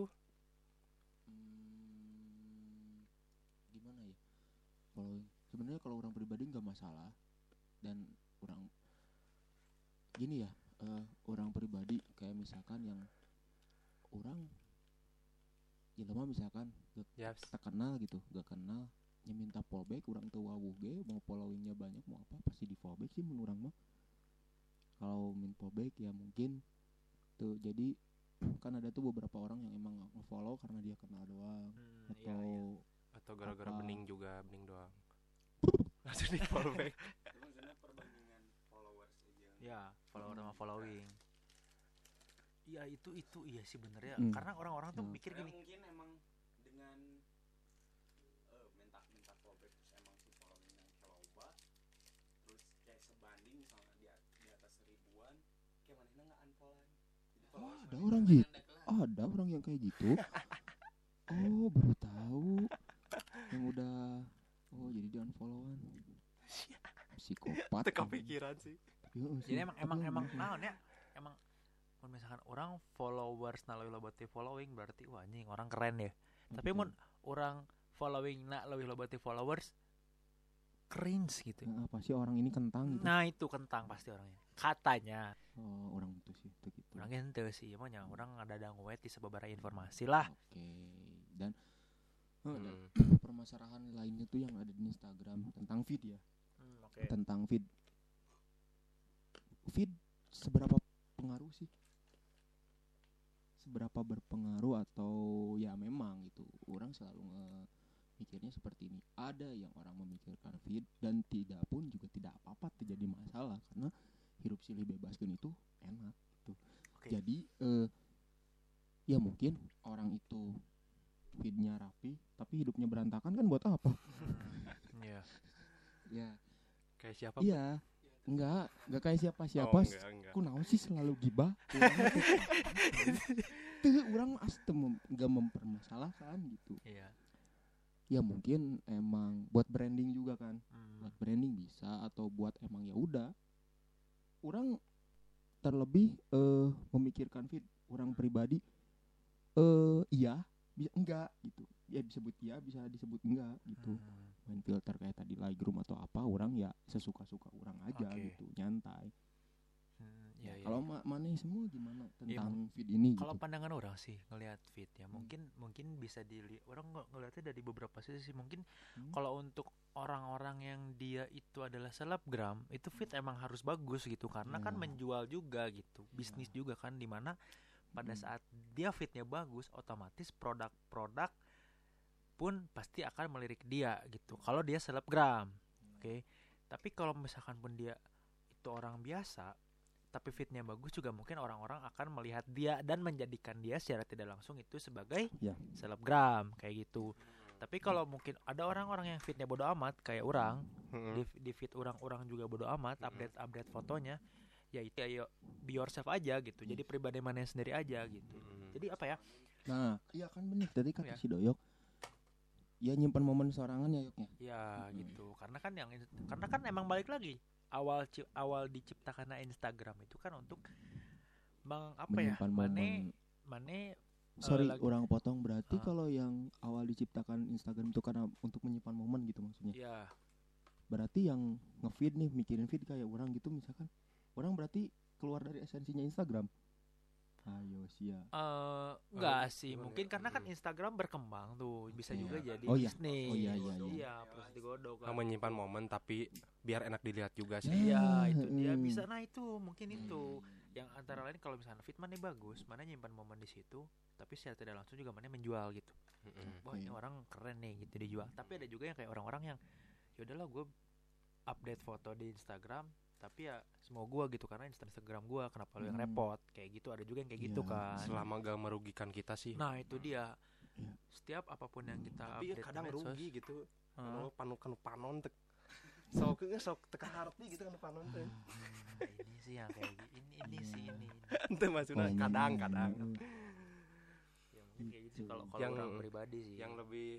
Gimana ya? Following. Sebenarnya kalau orang pribadi nggak masalah dan orang gini ya, orang pribadi kayak misalkan yang orang jelema misalkan Yaps. tak kenal gitu, gak kenal, minta fallback, orang tuh wawuh ge, mau followingnya banyak mau apa pasti di fallback sih menurut orang mah. Kalau min fallback ya mungkin tuh jadi kan ada tuh beberapa orang yang emang nge-follow karena dia kenal doang atau Atau gara-gara Apa? bening doang. Langsung di follow back. Itu maksudnya perbandingan followers aja. Ya, follower sama following. Iya itu iya sih bener ya. Hmm. Karena orang-orang tuh Hmm. mikir Karena gini. mungkin emang dengan minta fallback terus emang si following yang loba terus kayak sebanding misalnya di atas 1000-an kayak manehna nggak unfollowan. Jadi followers ada manehna orang banyak gitu. dek lah. Ada orang yang kayak gitu. Oh, baru tahu. Yang udah jadi di unfollowan. Psikopat. Teu kepikiran sih. Heeh sih. Jadi emang Tapi naon ya? Emang mun misalkan orang followers na leuwih loba ti following berarti wah anjing orang keren ya. Tapi betul. mun orang following na leuwih loba ti followers cringe gitu. Apa sih orang ini kentang gitu? Nah, itu kentang pasti orangnya. Katanya. Oh, orang itu sih, itu gitu. Orang ente sih, emangnya orang ada ngewet di sababaraha informasi lah. Oke. Dan dan Hmm. permasalahan lainnya tuh yang ada di Instagram tentang feed ya. Oke. Tentang feed. Feed seberapa pengaruh sih? Seberapa berpengaruh atau ya memang gitu. Orang selalu mikirnya seperti ini. Ada yang orang memikirkan feed dan tidak pun juga tidak apa-apa terjadi masalah karena hirup silih bebaskeun itu enak gitu. Oke. Jadi ya mungkin orang itu feednya rapi tapi hidupnya berantakan kan buat apa? Iya. Ya, Kayak siapa? iya. Enggak kayak siapa-siapa. Oh, enggak. Kunaon sih selalu gibah. Tuh orang astem enggak mempermasalahkan gitu. Iya. Ya mungkin emang buat branding juga kan. Hmm. Buat branding bisa atau buat emang ya udah. Orang terlebih memikirkan feed orang pribadi iya enggak gitu. Ya disebut iya bisa disebut enggak gitu. Hmm. Main filter kayak tadi Lightroom atau apa orang ya sesuka-suka orang aja Oke. gitu, nyantai. Iya, iya. Kalau maneh semua gimana Iya, tentang feed ini Kalau gitu? pandangan orang sih ngelihat feed ya mungkin bisa dilihat orang ngelihatnya dari beberapa sisi mungkin kalau untuk orang-orang yang dia itu adalah selebgram itu feed emang harus bagus gitu karena kan Ya. menjual juga gitu bisnis juga kan dimana pada saat dia feednya bagus otomatis produk-produk pun pasti akan melirik dia gitu kalau dia selebgram oke. Tapi kalau misalkan pun dia itu orang biasa tapi fitnya bagus juga mungkin orang-orang akan melihat dia dan menjadikan dia secara tidak langsung itu sebagai Ya. selebgram kayak gitu. Tapi kalau mungkin ada orang-orang yang fitnya bodo amat kayak orang di feed orang juga bodo amat update fotonya ya itu ya be yourself aja gitu. Jadi pribadi mana sendiri aja gitu. Jadi apa ya? Nah, iya kan bener tadi kata Ya. si Doyok. Ya nyimpan momen sorangan ya Yoknya. Ya gitu. Karena kan emang balik lagi awal diciptakan Instagram itu kan untuk Menyimpan momen. Mane Sorry, lagi- orang potong berarti Ah. kalau yang awal diciptakan Instagram itu karena untuk menyimpan momen gitu maksudnya. ya Berarti yang nge-feed nih mikirin feed kayak orang gitu misalkan. Orang berarti keluar dari esensinya Instagram. Ayo sia. enggak sih gimana mungkin ya? karena kan Instagram berkembang tuh bisa Iya. juga jadi Oh iya. bisnis. Oh iya, Iya, terus digodok kan. Menyimpan momen tapi biar enak dilihat juga sih. Iya, itu dia Hmm. bisa. Nah, itu mungkin itu yang antara lain kalau misalnya fit mana bagus, mana nyimpan momen di situ, tapi secara tidak langsung juga mana menjual gitu. Wah, ini Iya. orang keren nih gitu dijual. Tapi ada juga yang kayak orang-orang yang ya udahlah gue update foto di Instagram tapi ya semua gua gitu karena Instagram gua kenapa lu yang repot kayak gitu ada juga yang kayak gitu Iya. kan. Selama gak merugikan kita sih. Nah itu dia Setiap apapun yang kita Tapi update kadang di medsos, rugi gitu. Heeh. Kanu panon tek. Sok teka harti gitu kanu panon teh. Ini sih yang kayak ini sih ini. Ente maksudnya kadang-kadang. Ya mungkin kayak gitu kalau Yang- orang pribadi sih. Yang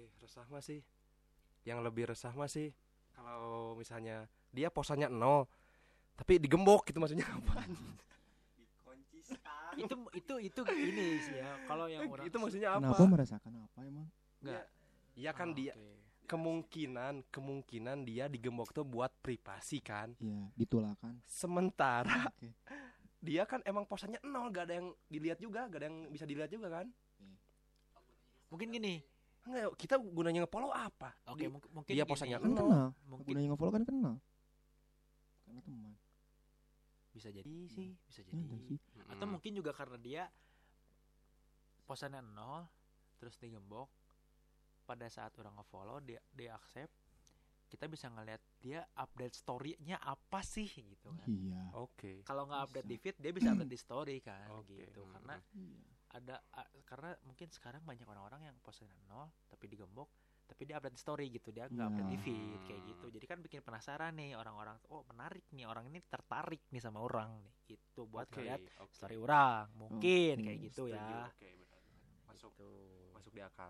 lebih resah mah sih kalau misalnya dia posannya 0 tapi digembok gitu maksudnya apa? Dikunci stang. itu ini sih ya. Kalau yang orang Itu maksudnya apa? Kenapa merasakan apa emang? enggak. Ya kan dia kemungkinan dia digembok tuh buat privasi kan. Ya, ditulakan. Sementara Oke. dia kan emang posannya 0, gak ada yang dilihat juga, gak ada yang bisa dilihat juga kan. Mungkin gini. Enggak, kita gunanya nge-follow apa? Oke, mungkin dia gini. posanya Kan kenal. kenal. Mungkin Gunanya nge-follow kan kenal. Karena teman. bisa jadi sih, bisa Ya, jadi. enggak sih? Atau mungkin juga karena dia posannya 0 terus digembok, pada saat orang nge-follow dia accept, kita bisa ngeliat dia update story-nya apa sih gitu kan. Iya. Oke. Kalau nggak update Bisa. di feed dia bisa update di story kan. Oke. Gitu. Karena Iya. karena mungkin sekarang banyak orang-orang yang posannya 0 tapi digembok, tapi dia update di story gitu, dia nggak update di Iya. feed kayak gitu. Jadi kan bikin penasaran nih orang-orang, oh menarik nih, orang ini tertarik nih sama orang nih gitu buat Oke, ngeliat oke. story orang mungkin Oke, kayak gitu Setuju, ya. Oke, benar. Masuk Gitu. masuk di akal.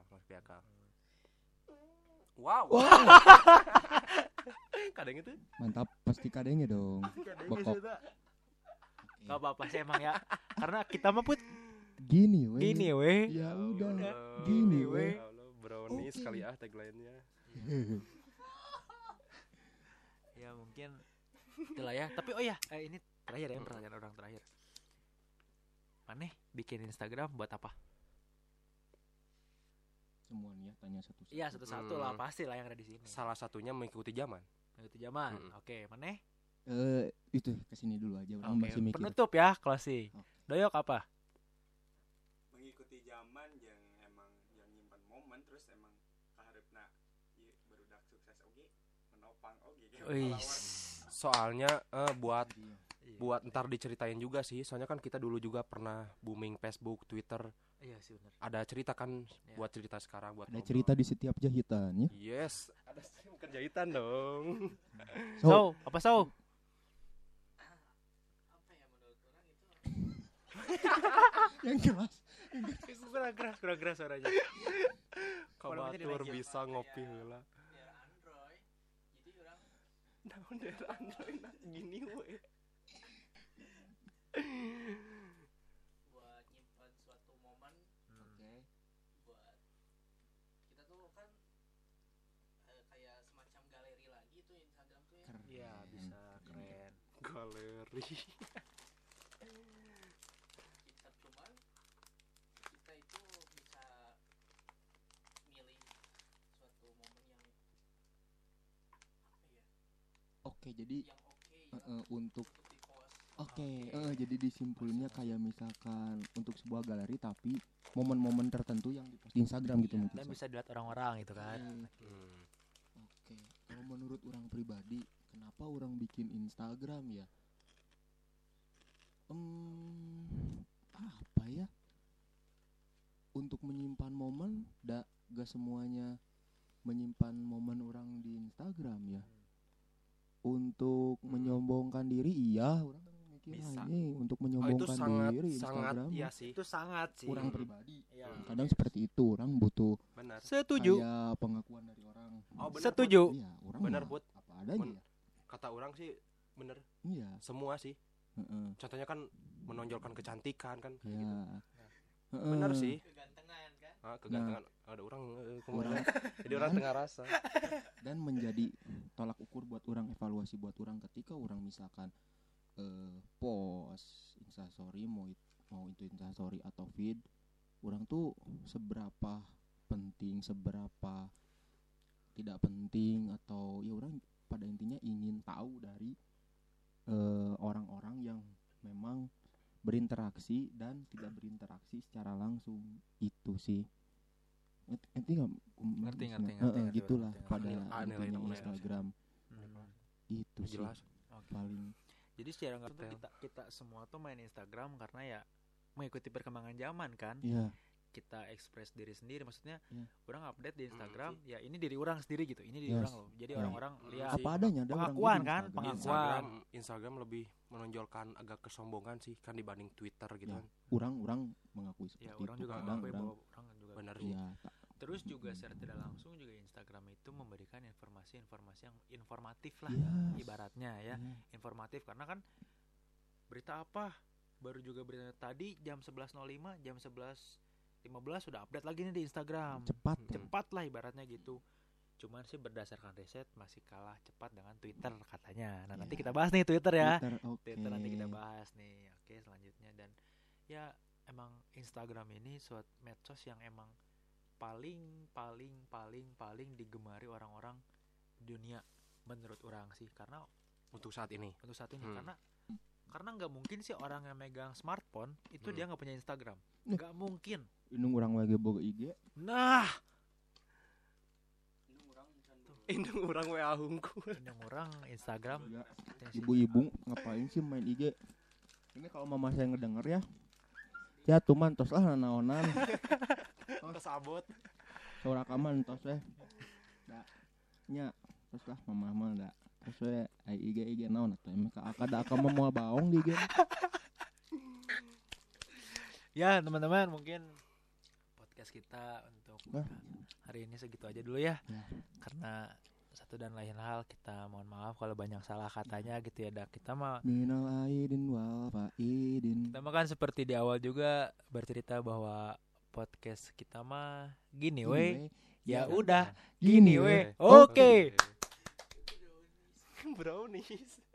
Wow. Kadang itu Mantap, pasti kadangnya dong. Bokok. Gak apa-apa sih emang ya. Karena kita mah put Gini weh. gini weh. Ya udah. udah. Gini Oke, weh. brownies Oke. kali tagline-nya. Ya mungkin itulah ya. Tapi oh ya, ini terakhir ya, pertanyaan orang terakhir. Maneh bikin Instagram buat apa? Semuanya tanya satu-satu. Iya, satu-satu lah, pasti lah yang ada di sini. Salah satunya mengikuti zaman. Itu zaman. Mm. Oke, maneh? Itu kesini dulu aja. Orang Oke, masih mikir. penutup ya, closing. Oke. Doyok apa? Mengikuti zaman yang emang yang nyimpan momen terus emang kaharepna ieu barudak sukses oge menopang oge kayak Wih. followers. Soalnya buat Iya. ntar diceritain juga sih. Soalnya kan kita dulu juga pernah booming Facebook, Twitter. Iya sih benar. Ada cerita kan Ya. buat cerita sekarang buat Ada ngobrol. cerita di setiap jahitan ya. Yes, ada bukan jahitan dong. So, apa so? Apa ya menurut orang itu yang keras. Kurang keras suaranya. Kabatur bisa ngopi heula. biar Android jadi orang Naon deh Android gini we. buat nyimpan suatu momen buat kita tuh kan kayak semacam galeri lagi tuh Instagram tuh ya. Iya, bisa keren. Galeri. Kita cuman kita itu bisa milih suatu momen yang apa ya Oke, jadi yang oke untuk di post. jadi disimpulinnya kayak misalkan untuk sebuah galeri tapi momen-momen tertentu yang di post di Instagram gitu mungkin. Dan bisa dilihat orang-orang gitu kan. Oke, kalau menurut orang pribadi, kenapa orang bikin Instagram ya? Apa ya? Untuk menyimpan momen, gak semuanya menyimpan momen orang di Instagram ya. Untuk menyombongkan diri, iya, orang mikir Bisa. ini untuk Oh, itu menyombongkan sangat diri sangat Instagram. iya sih. Itu sangat sih. Orang pribadi. Iya. Kadang seperti itu, orang butuh Benar. Setuju. kayak pengakuan dari orang. Oh, benar, Setuju. Iya, orang Benar, mah Put. apa adanya. Men- Kata orang sih bener Iya, semua sih. heeh. Contohnya kan menonjolkan kecantikan kan kayak Iya. gitu. Heeh. Benar sih. Kegantengan kan. Kegantengan ada orang Orang jadi orang tengah rasa. dan menjadi tolak ukur buat orang, evaluasi buat orang ketika orang misalkan post instastory mau itu instastory atau feed, orang tuh seberapa penting, seberapa tidak penting, atau ya orang pada intinya ingin tahu dari orang-orang yang memang berinteraksi dan tidak berinteraksi secara langsung. Itu sih ngerti nggak? Ngerti, Gitulah ngerti. pada Nilai intinya nilai Instagram itu sih Jelas. paling. Jadi secara nggak Detail. kita semua tuh main Instagram karena ya mengikuti perkembangan zaman kan. Iya. kita ekspres diri sendiri, maksudnya Iya. orang update di Instagram ya ini diri orang sendiri gitu, ini diri Yes. orang loh, jadi Iya. orang-orang lihat Apa adanya ada orang pengakuan gitu kan, Instagram. pengakuan. Instagram lebih menonjolkan agak kesombongan sih kan dibanding Twitter gitu Ya. kan. Orang mengakui seperti Ya orang itu. juga Kadang mengakui orang bahwa orang juga Benar gitu. sih. iya Terus juga secara tidak langsung juga Instagram itu memberikan informasi-informasi yang informatif lah, Yes. ibaratnya ya, Iya. informatif karena kan berita apa baru juga berita tadi jam 11.05, jam 11.15 sudah update lagi nih di Instagram. Cepat. Cepat lah ibaratnya gitu. Cuman sih berdasarkan riset masih kalah cepat dengan Twitter katanya. Nah, nanti Ya. kita bahas nih Twitter ya. Twitter, Nanti kita oke. bahas nih. Oke, selanjutnya dan ya emang Instagram ini suatu medsos yang emang paling digemari orang-orang dunia menurut orang sih, karena Untuk saat ini. untuk saat ini Hmm. karena nggak mungkin sih orang yang megang smartphone itu dia nggak punya Instagram, Nih. nggak mungkin. Indung orang lagi boga IG. Nah, Indung orang WA hungku. yang orang Instagram Ya, tensi- ibu-ibu ngapain sih main IG? Ini kalau mama saya ngedenger ya. Ya tuman tos lah naonan. Tersabot. Saurakaman tos we. Da. Nya tos lah mama da. Tos we ai IG naon atuh emang kada akam moal baong di IG. Ya teman-teman, mungkin podcast kita untuk Nah. hari ini segitu aja dulu ya. Ya. Karena satu dan lain hal kita mohon maaf kalau banyak salah katanya gitu ya. Dan kita mah Minal aidin wal faidin. kan seperti di awal juga bercerita bahwa podcast kita mah gini we. Ya udah Gini gini we. we. Oke. Brownies.